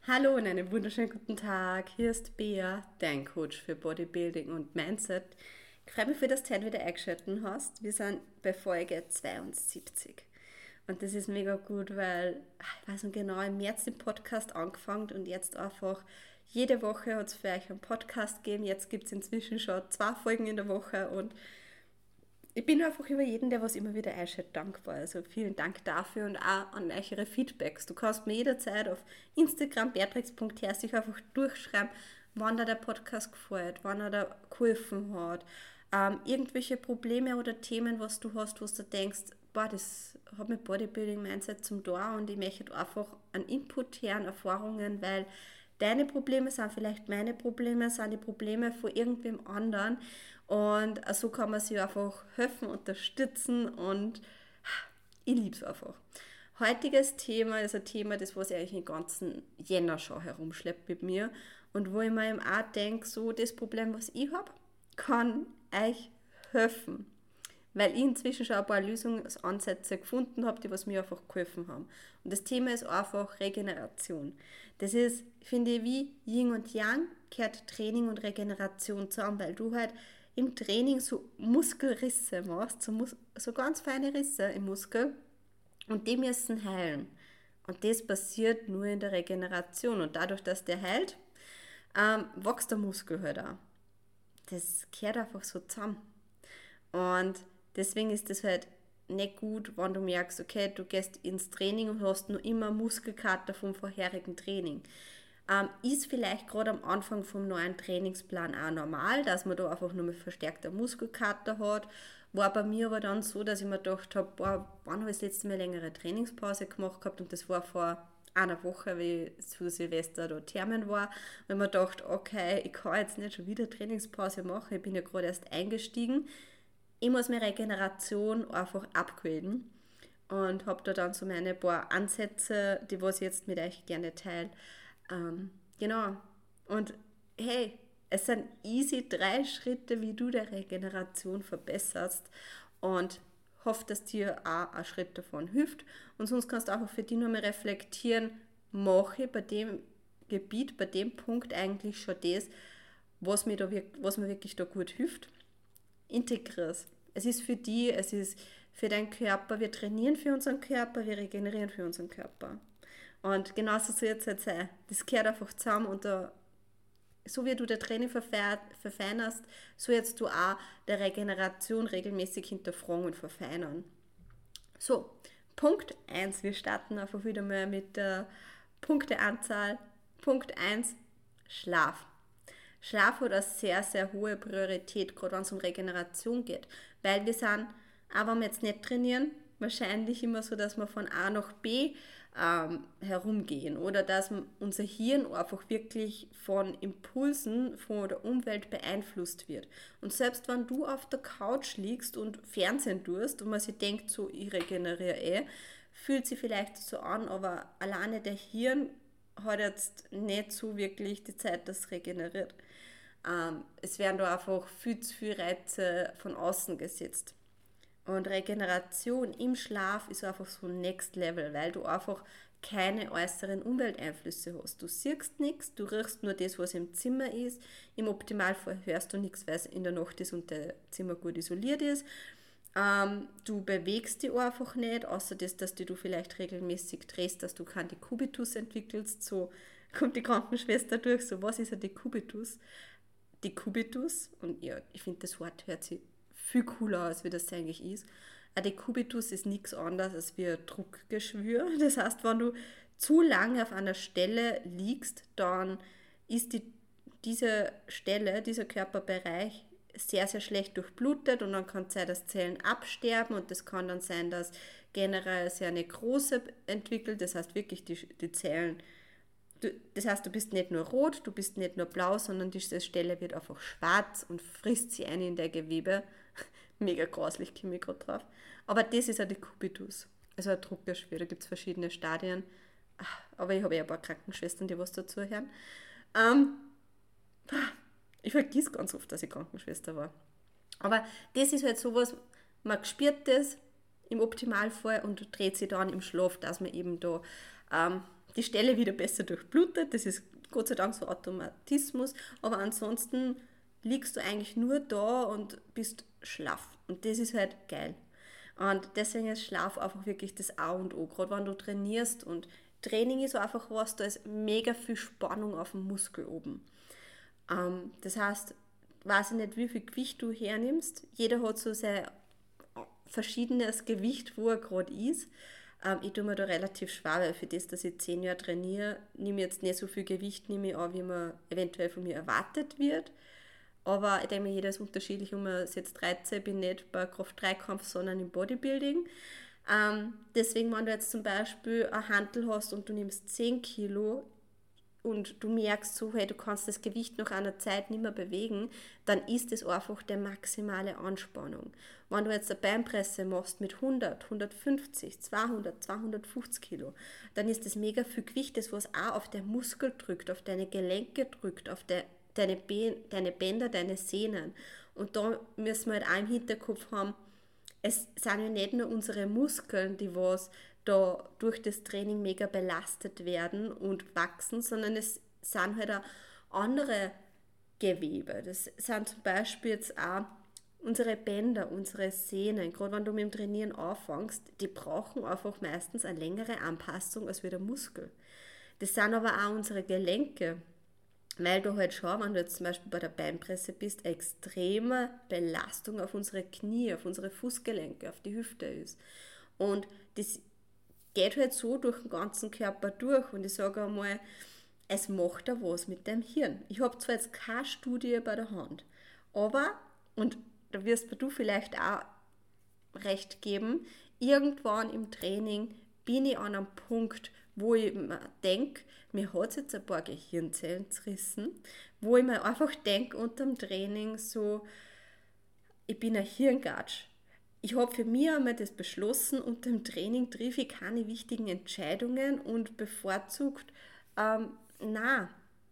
Hallo und einen wunderschönen guten Tag. Hier ist Bea, dein Coach für Bodybuilding und Mindset. Ich freue mich, dass du heute wieder eingeschaltet hast. Wir sind bei Folge 72. Und das ist mega gut, weil ich weiß nicht genau, im März den Podcast angefangen und jetzt einfach jede Woche hat es für euch einen Podcast gegeben. Jetzt gibt es inzwischen schon 2 Folgen in der Woche und ich bin einfach über jeden, der was immer wieder einschaltet, dankbar. Also vielen Dank dafür und auch an eure Feedbacks. Du kannst mir jederzeit auf Instagram beatrix.herzig einfach durchschreiben, wann dir der Podcast gefällt, wann er dir geholfen hat. Irgendwelche Probleme oder Themen, was du hast, wo du denkst, boah, das hat mit Bodybuilding Mindset zum Tor und ich möchte einfach einen Input hören, Erfahrungen, weil deine Probleme sind vielleicht meine Probleme, sind die Probleme von irgendwem anderen und so kann man sich einfach helfen, unterstützen und ich liebe es einfach. Heutiges Thema ist ein Thema, das was ich eigentlich den ganzen Jänner schon herumschleppt mit mir und wo ich mir eben auch denke, so das Problem, was ich habe, kann euch helfen. Weil ich inzwischen schon ein paar Lösungsansätze gefunden habe, die was mir einfach geholfen haben. Und das Thema ist einfach Regeneration. Das ist, finde ich, wie Yin und Yang, gehört Training und Regeneration zusammen, weil du halt im Training so Muskelrisse machst, so ganz feine Risse im Muskel und die müssen heilen. Und das passiert nur in der Regeneration. Und dadurch, dass der heilt, wächst der Muskel halt auch. Das gehört einfach so zusammen. Und deswegen ist es halt nicht gut, wenn du merkst, okay, du gehst ins Training und hast nur immer Muskelkater vom vorherigen Training. Ist vielleicht gerade am Anfang vom neuen Trainingsplan auch normal, dass man da einfach nur mit verstärkter Muskelkater hat. War bei mir aber dann so, dass ich mir gedacht habe, boah, wann habe ich das letzte Mal längere Trainingspause gemacht gehabt und das war vor einer Woche, wie ich zu Silvester da Thermen war, wenn man dachte, okay, ich kann jetzt nicht schon wieder Trainingspause machen, ich bin ja gerade erst eingestiegen, ich muss meine Regeneration einfach upgraden und habe da dann so meine paar Ansätze, die was ich jetzt mit euch gerne teile. Genau. Und hey, es sind easy 3 Schritte, wie du der Regeneration verbesserst und hoffe, dass dir auch ein Schritt davon hilft. Und sonst kannst du auch für dich nochmal reflektieren, mache ich bei dem Gebiet, bei dem Punkt eigentlich schon das, was mir wirklich da gut hilft. Integriere es. Es ist für die, es ist für deinen Körper. Wir trainieren für unseren Körper, wir regenerieren für unseren Körper. Und genauso soll es jetzt sein. Das gehört einfach zusammen und da, so wie du das Training verfeinerst, so jetzt du auch der Regeneration regelmäßig hinterfragen und verfeinern. So, Punkt 1. Wir starten einfach wieder mal mit der Punkteanzahl. Punkt 1, Schlaf. Schlaf hat eine sehr, sehr hohe Priorität, gerade wenn es um Regeneration geht. Weil wir sind, auch wenn wir jetzt nicht trainieren, wahrscheinlich immer so, dass wir von A nach B herumgehen oder dass unser Hirn einfach wirklich von Impulsen von der Umwelt beeinflusst wird. Und selbst wenn du auf der Couch liegst und Fernsehen tust und man sich denkt, so ich regeneriere fühlt sich vielleicht so an, aber alleine der Hirn hat jetzt nicht so wirklich die Zeit, dass es regeneriert. Es werden da einfach viel zu viele Reize von außen gesetzt. Und Regeneration im Schlaf ist einfach so Next Level, weil du einfach keine äußeren Umwelteinflüsse hast. Du siehst nichts, du riechst nur das, was im Zimmer ist. Im Optimalfall hörst du nichts, weil es in der Nacht ist und das Zimmer gut isoliert ist. Du bewegst dich einfach nicht, außer das, dass du vielleicht regelmäßig drehst, dass du keinen Dekubitus entwickelst. So kommt die Krankenschwester durch, so was ist ein Dekubitus? Dekubitus, und ja, ich finde das Wort hört sich viel cooler aus, wie das eigentlich ist. Ein Dekubitus ist nichts anderes als wie ein Druckgeschwür. Das heißt, wenn du zu lange auf einer Stelle liegst, dann ist diese Stelle, dieser Körperbereich sehr, sehr schlecht durchblutet und dann kann es sein, dass Zellen absterben und das kann dann sein, dass generell sehr eine große entwickelt, das heißt wirklich die Zellen das heißt, du bist nicht nur rot, du bist nicht nur blau, sondern diese Stelle wird einfach schwarz und frisst sie ein in der Gewebe. Mega grauslich, komme ich gerade drauf. Aber das ist ein Dekubitus, also ein Druckgeschwür. Da gibt es verschiedene Stadien. Aber ich habe ja ein paar Krankenschwestern, die was dazu hören. Ähm, ich vergiss ganz oft, dass ich Krankenschwester war. Aber das ist halt sowas, man spürt das im Optimalfall und dreht sich dann im Schlaf, dass man eben da die Stelle wieder besser durchblutet. Das ist Gott sei Dank so Automatismus. Aber ansonsten liegst du eigentlich nur da und bist schlaff. Und das ist halt geil. Und deswegen ist Schlaf einfach wirklich das A und O. Gerade wenn du trainierst, und Training ist einfach was, da ist mega viel Spannung auf dem Muskel oben. Das heißt, weiß ich nicht, wie viel Gewicht du hernimmst. Jeder hat so sein verschiedenes Gewicht, wo er gerade ist. Ich tue mir da relativ schwer, weil für das, dass ich 10 Jahre trainiere, nehme ich jetzt nicht so viel Gewicht nehme ich an, wie man eventuell von mir erwartet wird. Aber ich denke mir, jeder ist unterschiedlich. Und man ist jetzt 13, bin nicht bei Kraft-3-Kampf, sondern im Bodybuilding. Deswegen, wenn du jetzt zum Beispiel ein Hantel hast und du nimmst 10 Kilo und du merkst so, hey, du kannst das Gewicht nach einer Zeit nicht mehr bewegen, dann ist das einfach die maximale Anspannung. Wenn du jetzt eine Beinpresse machst mit 100, 150, 200, 250 Kilo, dann ist das mega viel Gewicht, das was auch auf den Muskel drückt, auf deine Gelenke drückt, auf deine Bänder, deine Sehnen. Und da müssen wir halt auch im Hinterkopf haben, es sind ja nicht nur unsere Muskeln, die was da durch das Training mega belastet werden und wachsen, sondern es sind halt auch andere Gewebe. Das sind zum Beispiel jetzt auch unsere Bänder, unsere Sehnen. Gerade wenn du mit dem Trainieren anfängst, die brauchen einfach meistens eine längere Anpassung als wie der Muskel. Das sind aber auch unsere Gelenke. Weil du halt schon, wenn du jetzt zum Beispiel bei der Beinpresse bist, extreme Belastung auf unsere Knie, auf unsere Fußgelenke, auf die Hüfte ist. Und das geht halt so durch den ganzen Körper durch. Und ich sage einmal, es macht da was mit dem Hirn. Ich habe zwar jetzt keine Studie bei der Hand, aber, und da wirst du vielleicht auch recht geben, irgendwann im Training bin ich an einem Punkt, wo ich mir denke, mir hat es jetzt ein paar Gehirnzellen zerrissen, wo ich mir einfach denke unter dem Training so, ich bin ein Hirngatsch. Ich habe für mich einmal das beschlossen, unter dem Training treffe ich keine wichtigen Entscheidungen und bevorzugt, nein,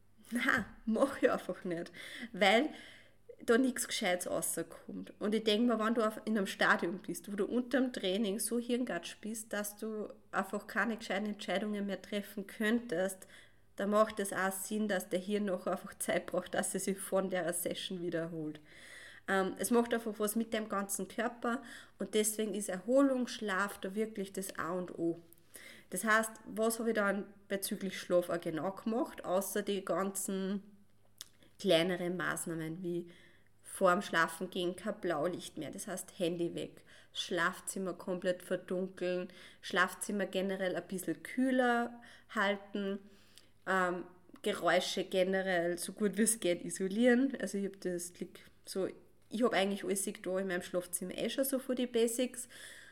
mache ich einfach nicht, weil da nichts Gescheites rauskommt. Und ich denke mir, wenn du in einem Stadium bist, wo du unter dem Training so hirngatsch bist, dass du einfach keine gescheiten Entscheidungen mehr treffen könntest, dann macht es auch Sinn, dass der Hirn noch einfach Zeit braucht, dass er sich von der Session wiederholt. Es macht einfach was mit dem ganzen Körper und deswegen ist Erholung, Schlaf da wirklich das A und O. Das heißt, was habe ich dann bezüglich Schlaf auch genau gemacht, außer die ganzen kleineren Maßnahmen wie vorm Schlafen gehen kein Blaulicht mehr, das heißt Handy weg, Schlafzimmer komplett verdunkeln, Schlafzimmer generell ein bisschen kühler halten, Geräusche generell so gut wie es geht isolieren. Also ich habe eigentlich alles da in meinem Schlafzimmer schon so für die Basics.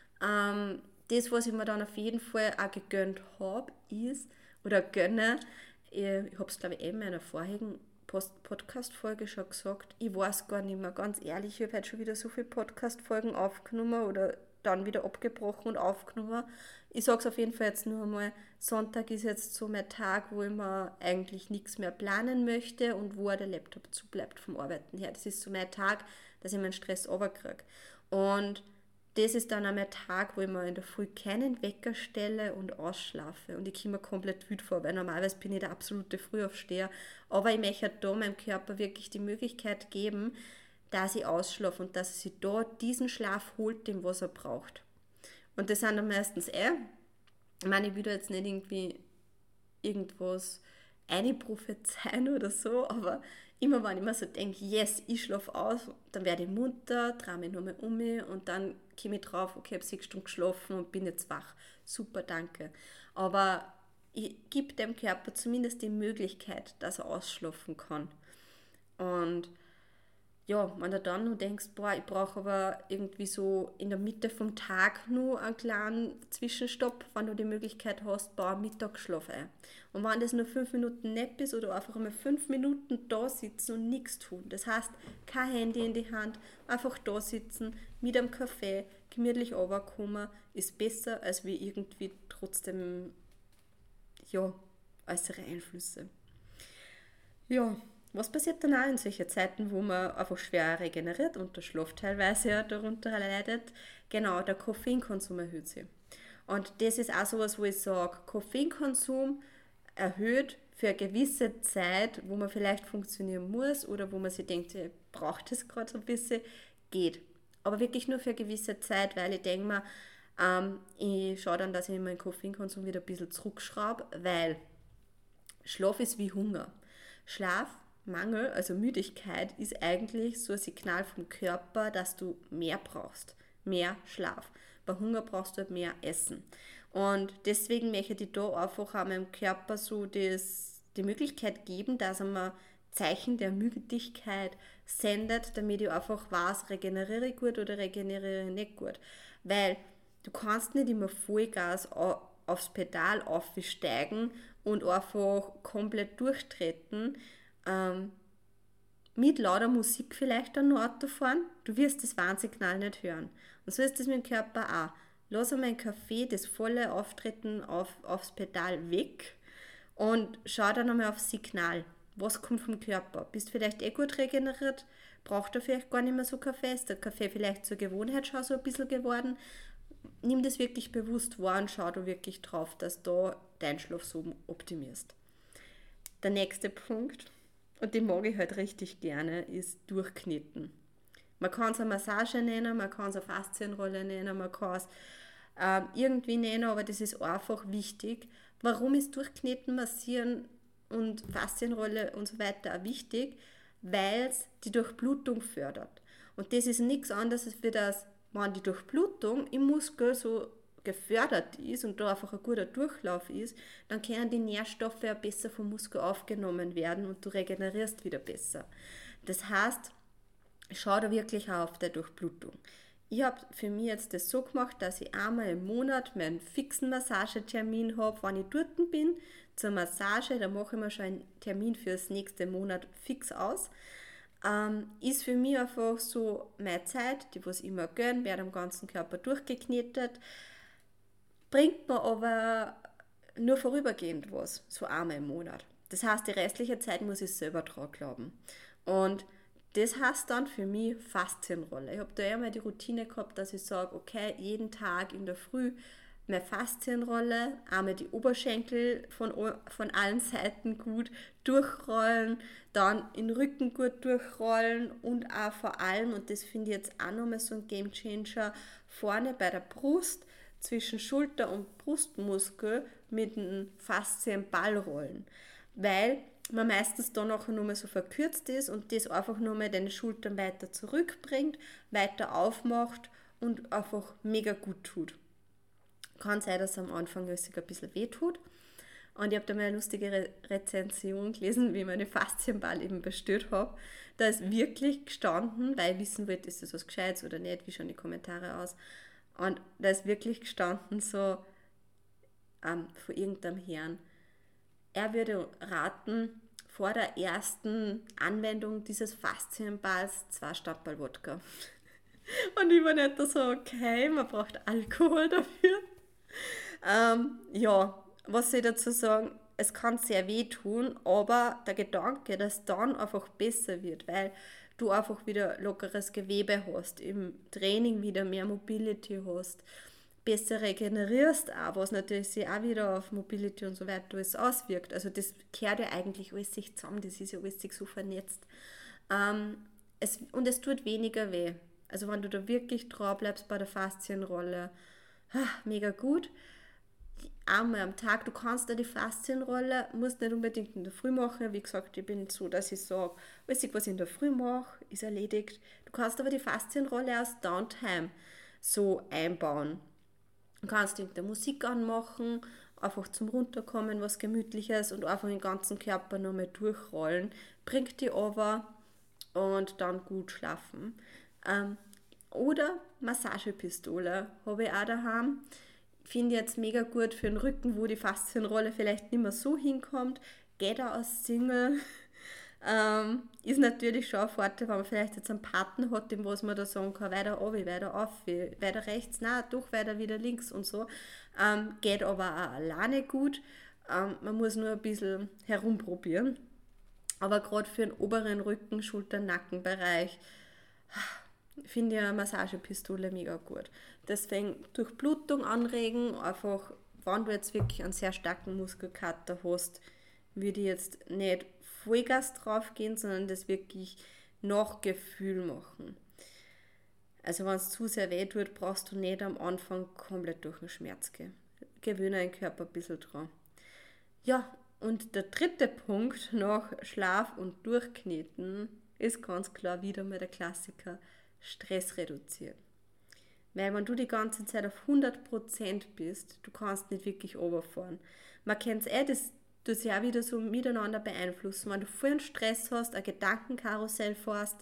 Das, was ich mir dann auf jeden Fall auch gegönnt habe, ist, oder gönne, ich habe es glaube ich in meiner vorherigen Podcast-Folge schon gesagt, ich weiß gar nicht mehr, ganz ehrlich, ich habe heute schon wieder so viele Podcast-Folgen aufgenommen oder dann wieder abgebrochen und aufgenommen. Ich sage es auf jeden Fall jetzt nur einmal, Sonntag ist jetzt so mein Tag, wo ich mir eigentlich nichts mehr planen möchte und wo der Laptop zubleibt vom Arbeiten her. Das ist so mein Tag, dass ich meinen Stress runterkriege. Und das ist dann auch mein Tag, wo ich mir in der Früh keinen Wecker stelle und ausschlafe. Und ich komme mir komplett wütend vor, weil normalerweise bin ich der absolute Frühaufsteher. Aber ich möchte da meinem Körper wirklich die Möglichkeit geben, dass ich ausschlafe und dass er sich da diesen Schlaf holt, den was er braucht. Und das sind dann meistens ich meine, ich will da jetzt nicht irgendwie irgendwas prophezeien oder so, aber immer wenn ich mir so denke, yes, ich schlafe aus, dann werde ich munter, drehe mich nochmal um mich und dann komme ich drauf, okay, ich habe 6 Stunden geschlafen und bin jetzt wach. Super, danke. Aber ich gebe dem Körper zumindest die Möglichkeit, dass er ausschlafen kann. Und ja, wenn du dann nur denkst, boah, ich brauche aber irgendwie so in der Mitte vom Tag nur einen kleinen Zwischenstopp, wenn du die Möglichkeit hast, bau einen Mittagsschlaf ein. Und wenn das nur 5 Minuten nett ist oder einfach einmal 5 Minuten da sitzen und nichts tun. Das heißt, kein Handy in die Hand, einfach da sitzen, mit einem Kaffee, gemütlich runterkommen, ist besser, als wie irgendwie trotzdem, ja, äußere Einflüsse. Ja, was passiert dann auch in solchen Zeiten, wo man einfach schwer regeneriert und der Schlaf teilweise ja darunter leidet? Genau, der Koffeinkonsum erhöht sich. Und das ist auch sowas, wo ich sage, Koffeinkonsum erhöht für eine gewisse Zeit, wo man vielleicht funktionieren muss oder wo man sich denkt, ich brauche das gerade so ein bisschen, geht. Aber wirklich nur für eine gewisse Zeit, weil ich denke mir, ich schaue dann, dass ich meinen Koffeinkonsum wieder ein bisschen zurückschraube, weil Schlaf ist wie Hunger. Schlafmangel, also Müdigkeit, ist eigentlich so ein Signal vom Körper, dass du mehr brauchst, mehr Schlaf. Bei Hunger brauchst du halt mehr Essen. Und deswegen möchte ich da einfach auch meinem Körper so die Möglichkeit geben, dass er mir Zeichen der Müdigkeit sendet, damit ich einfach weiß, regeneriere ich gut oder regeneriere ich nicht gut. Weil du kannst nicht immer Vollgas aufs Pedal aufsteigen und einfach komplett durchtreten. Mit lauter Musik vielleicht an Auto fahren, du wirst das Warnsignal nicht hören. Und so ist es mit dem Körper auch. Lass einmal einen Kaffee, das volle Auftreten aufs Pedal weg und schau dann einmal aufs Signal. Was kommt vom Körper? Bist vielleicht gut regeneriert? Braucht er vielleicht gar nicht mehr so Kaffee? Ist der Kaffee vielleicht zur Gewohnheit schon so ein bisschen geworden? Nimm das wirklich bewusst wahr und schau da wirklich drauf, dass du deinen Schlaf so optimierst. Der nächste Punkt, und den mag ich halt richtig gerne, ist Durchkneten. Man kann es eine Massage nennen, man kann es eine Faszienrolle nennen, man kann es irgendwie nennen, aber das ist einfach wichtig. Warum ist Durchkneten, Massieren und Faszienrolle und so weiter auch wichtig? Weil es die Durchblutung fördert. Und das ist nichts anderes, als wie das, wenn die Durchblutung im Muskel so gefördert ist und da einfach ein guter Durchlauf ist, dann können die Nährstoffe ja besser vom Muskel aufgenommen werden und du regenerierst wieder besser. Das heißt, schau da wirklich auf der Durchblutung. Ich habe für mich jetzt das so gemacht, dass ich einmal im Monat meinen fixen Massagetermin habe, wenn ich dort bin zur Massage, da mache ich mir schon einen Termin für das nächste Monat fix aus. Ist für mich einfach so meine Zeit, die was ich immer gönne, werde am ganzen Körper durchgeknetet, bringt mir aber nur vorübergehend was, so einmal im Monat. Das heißt, die restliche Zeit muss ich selber dran glauben. Und das heißt dann für mich Faszienrolle. Ich habe da einmal die Routine gehabt, dass ich sage, okay, jeden Tag in der Früh meine Faszienrolle, einmal die Oberschenkel von allen Seiten gut durchrollen, dann den Rücken gut durchrollen und auch vor allem, und das finde ich jetzt auch nochmal so ein Game Changer, vorne bei der Brust zwischen Schulter- und Brustmuskel mit dem Faszienball rollen. Weil man meistens dann auch nochmal so verkürzt ist und das einfach nochmal deine Schultern weiter zurückbringt, weiter aufmacht und einfach mega gut tut. Kann sein, dass es am Anfang ein bisschen weh tut. Und ich habe da mal eine lustige Rezension gelesen, wie ich meine Faszienball eben bestellt habe. Da ist wirklich gestanden, weil ich wissen wollte, ist das was Gescheites oder nicht, wie schauen die Kommentare aus. Und da ist wirklich gestanden so von irgendeinem Herrn, er würde raten, vor der ersten Anwendung dieses Faszienballs 2 Stapel Wodka. Und ich war nicht so, okay, man braucht Alkohol dafür. Ja, was soll ich dazu sagen? Es kann sehr weh tun, aber der Gedanke, dass dann einfach besser wird, weil du einfach wieder lockeres Gewebe hast, im Training wieder mehr Mobility hast, besser regenerierst auch, was natürlich sich auch wieder auf Mobility und so weiter alles auswirkt. Also das gehört ja eigentlich alles sich zusammen, das ist ja alles sich so vernetzt. Und es tut weniger weh. Also wenn du da wirklich dran bleibst bei der Faszienrolle, mega gut. Einmal am Tag, du kannst da die Faszienrolle, musst nicht unbedingt in der Früh machen. Wie gesagt, ich bin so, dass ich sage, alles, was ich in der Früh mache, ist erledigt. Du kannst aber die Faszienrolle aus Downtime so einbauen. Du kannst irgendeine Musik anmachen, einfach zum Runterkommen, was Gemütliches und einfach den ganzen Körper nochmal durchrollen. Bringt die over und dann gut schlafen. Oder Massagepistole habe ich auch daheim. Finde ich jetzt mega gut für den Rücken, wo die Faszienrolle vielleicht nicht mehr so hinkommt. Geht auch als Single. Ist natürlich schon ein Vorteil, wenn man vielleicht jetzt einen Partner hat, dem was man da sagen kann, weiter runter, weiter auf, weiter rechts, nein, doch weiter wieder links und so. Geht aber auch alleine gut. Man muss nur ein bisschen herumprobieren. Aber gerade für den oberen Rücken, Schulter-, Nackenbereich finde ich eine Massagepistole mega gut. Deswegen Durchblutung anregen, einfach wenn du jetzt wirklich einen sehr starken Muskelkater hast, würde ich jetzt nicht Vollgas drauf gehen, sondern das wirklich nach Gefühl machen. Also wenn es zu sehr weh tut, brauchst du nicht am Anfang komplett durch den Schmerz gehen. Gewöhne deinen Körper ein bisschen dran. Ja, und der dritte Punkt nach Schlaf und Durchkneten ist ganz klar wieder mal der Klassiker: Stress reduzieren. Weil wenn du die ganze Zeit auf 100% bist, du kannst nicht wirklich runterfahren. Man kennt es das tut sich auch wieder so miteinander beeinflussen. Wenn du voll einen Stress hast, ein Gedankenkarussell fährst,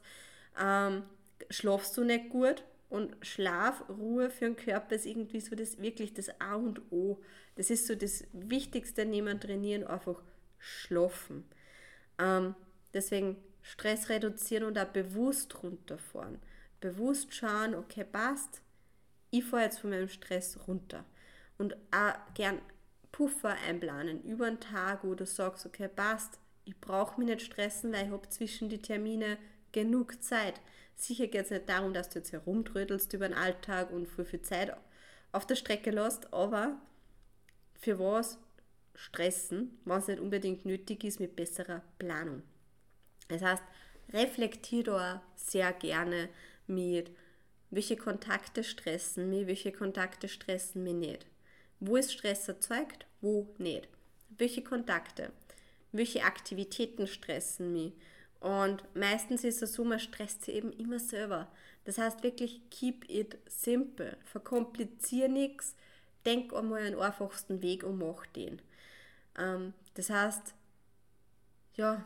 schlafst du nicht gut. Und Schlaf, Ruhe für den Körper ist irgendwie so das wirklich das A und O. Das ist so das Wichtigste neben Trainieren, einfach schlafen. Deswegen Stress reduzieren und auch bewusst runterfahren. Bewusst schauen, okay, passt, ich fahre jetzt von meinem Stress runter. Und auch gern Puffer einplanen über einen Tag, wo du sagst, okay, passt, ich brauche mich nicht stressen, weil ich habe zwischen die Termine genug Zeit. Sicher geht es nicht darum, dass du jetzt herumtrödelst über den Alltag und viel Zeit auf der Strecke lässt, aber für was stressen, wenn es nicht unbedingt nötig ist, mit besserer Planung. Das heißt, reflektier da sehr gerne mit, welche Kontakte stressen mich, welche Kontakte stressen mich nicht. Wo ist Stress erzeugt, wo nicht. Welche Kontakte, welche Aktivitäten stressen mich. Und meistens ist es so, man stresst sich eben immer selber. Das heißt wirklich, keep it simple. Verkomplizier nichts, denk einmal einen einfachsten Weg und mach den. Das heißt, ja,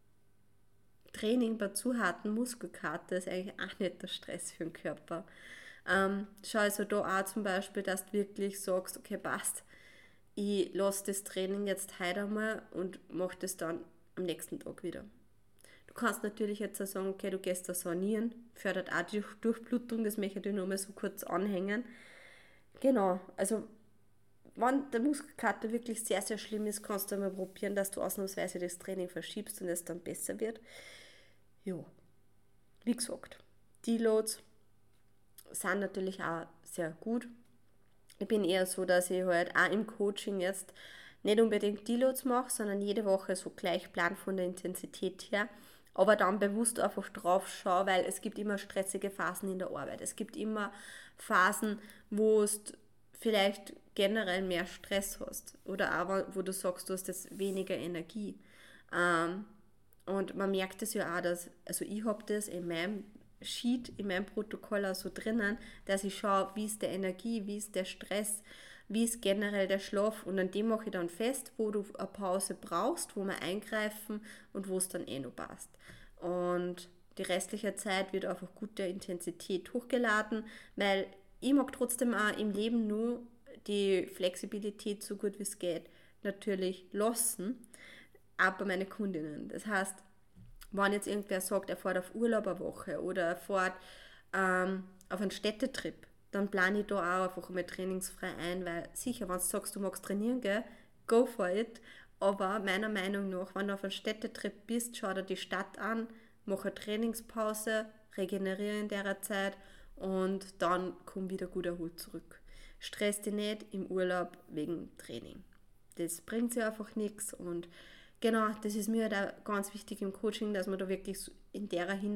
Training bei zu harten Muskelkater ist eigentlich auch nicht der Stress für den Körper. Schau also da auch zum Beispiel, dass du wirklich sagst, okay, passt, ich lasse das Training jetzt heute einmal und mache das dann am nächsten Tag wieder. Du kannst natürlich jetzt auch sagen, okay, du gehst da sanieren, fördert auch die Durchblutung, das möchte ich nur mal so kurz anhängen. Genau, also wenn der Muskelkater wirklich sehr, sehr schlimm ist, kannst du einmal probieren, dass du ausnahmsweise das Training verschiebst und es dann besser wird. Ja, wie gesagt, Deloads sind natürlich auch sehr gut. Ich bin eher so, dass ich halt auch im Coaching jetzt nicht unbedingt Deloads mache, sondern jede Woche so gleich plan von der Intensität her, aber dann bewusst einfach drauf schaue, weil es gibt immer stressige Phasen in der Arbeit. Es gibt immer Phasen, wo du vielleicht generell mehr Stress hast oder auch, wo du sagst, du hast jetzt weniger Energie. Und man merkt es ja auch, dass, also ich habe das in meinem Sheet, in meinem Protokoll auch so drinnen, dass ich schaue, wie ist der Energie, wie ist der Stress, wie ist generell der Schlaf, und an dem mache ich dann fest, wo du eine Pause brauchst, wo wir eingreifen und wo es dann noch passt. Und die restliche Zeit wird einfach gute Intensität hochgeladen, weil ich mag trotzdem auch im Leben nur die Flexibilität so gut wie es geht natürlich lassen, auch bei meinen Kundinnen. Das heißt, wenn jetzt irgendwer sagt, er fährt auf Urlaub eine Woche oder er fährt auf einen Städtetrip, dann plane ich da auch einfach mal trainingsfrei ein, weil sicher, wenn du sagst, du magst trainieren, gell, go for it, aber meiner Meinung nach, wenn du auf einem Städtetrip bist, schau dir die Stadt an, mach eine Trainingspause, regeneriere in der Zeit und dann komm wieder gut erholt zurück. Stress dich nicht im Urlaub wegen Training. Das bringt sich einfach nichts, und genau, das ist mir halt auch ganz wichtig im Coaching, dass man da wirklich in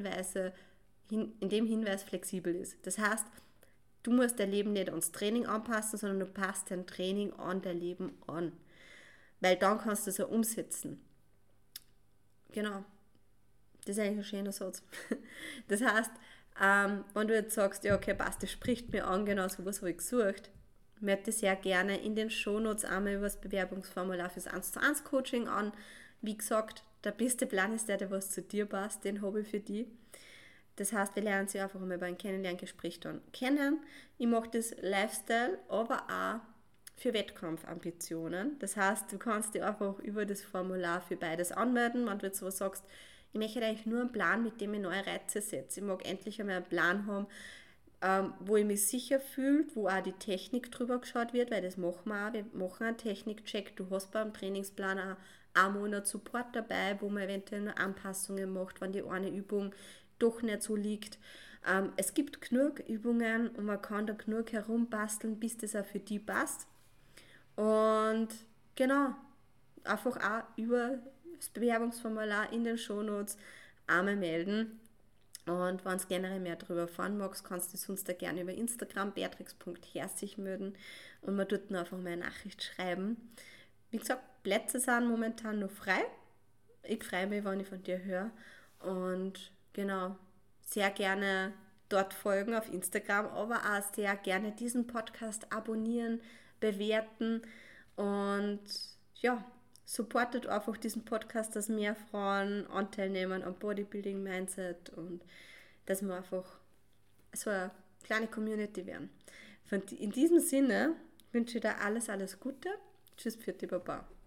dem Hinweis flexibel ist. Das heißt, du musst dein Leben nicht ans Training anpassen, sondern du passt dein Training an dein Leben an. Weil dann kannst du es auch umsetzen. Genau, das ist eigentlich ein schöner Satz. Das heißt, wenn du jetzt sagst, ja okay, passt, das spricht mir an, genau so was habe ich gesucht, möchte sehr gerne in den Shownotes einmal über das Bewerbungsformular fürs 1:1 Coaching an. Wie gesagt, der beste Plan ist der was zu dir passt, den habe ich für dich. Das heißt, wir lernen sie einfach einmal beim Kennenlerngespräch dann kennen. Ich mache das Lifestyle, aber auch für Wettkampfambitionen. Das heißt, du kannst dich einfach über das Formular für beides anmelden. Wenn du jetzt so sagst, ich möchte eigentlich nur einen Plan, mit dem ich neue Reize setze. Ich mag endlich einmal einen Plan haben, wo ich mich sicher fühle, wo auch die Technik drüber geschaut wird, weil das machen wir auch. Wir machen einen Technikcheck. Du hast beim Trainingsplan auch einen Monat Support dabei, wo man eventuell noch Anpassungen macht, wenn die eine Übung doch nicht so liegt. Es gibt genug Übungen und man kann da genug herumbasteln, bis das auch für die passt. Und genau, einfach auch über das Bewerbungsformular in den Shownotes einmal melden. Und wenn du generell mehr darüber erfahren magst, kannst du sonst da gerne über Instagram beatrix.herzig melden und mir dort einfach mal eine Nachricht schreiben. Wie gesagt, Plätze sind momentan noch frei. Ich freue mich, wenn ich von dir höre. Und genau, sehr gerne dort folgen auf Instagram, aber auch sehr gerne diesen Podcast abonnieren, bewerten und ja, supportet einfach diesen Podcast, dass mehr Frauen Anteil nehmen am Bodybuilding Mindset und dass wir einfach so eine kleine Community werden. In diesem Sinne wünsche ich dir alles, alles Gute. Tschüss für die Baba.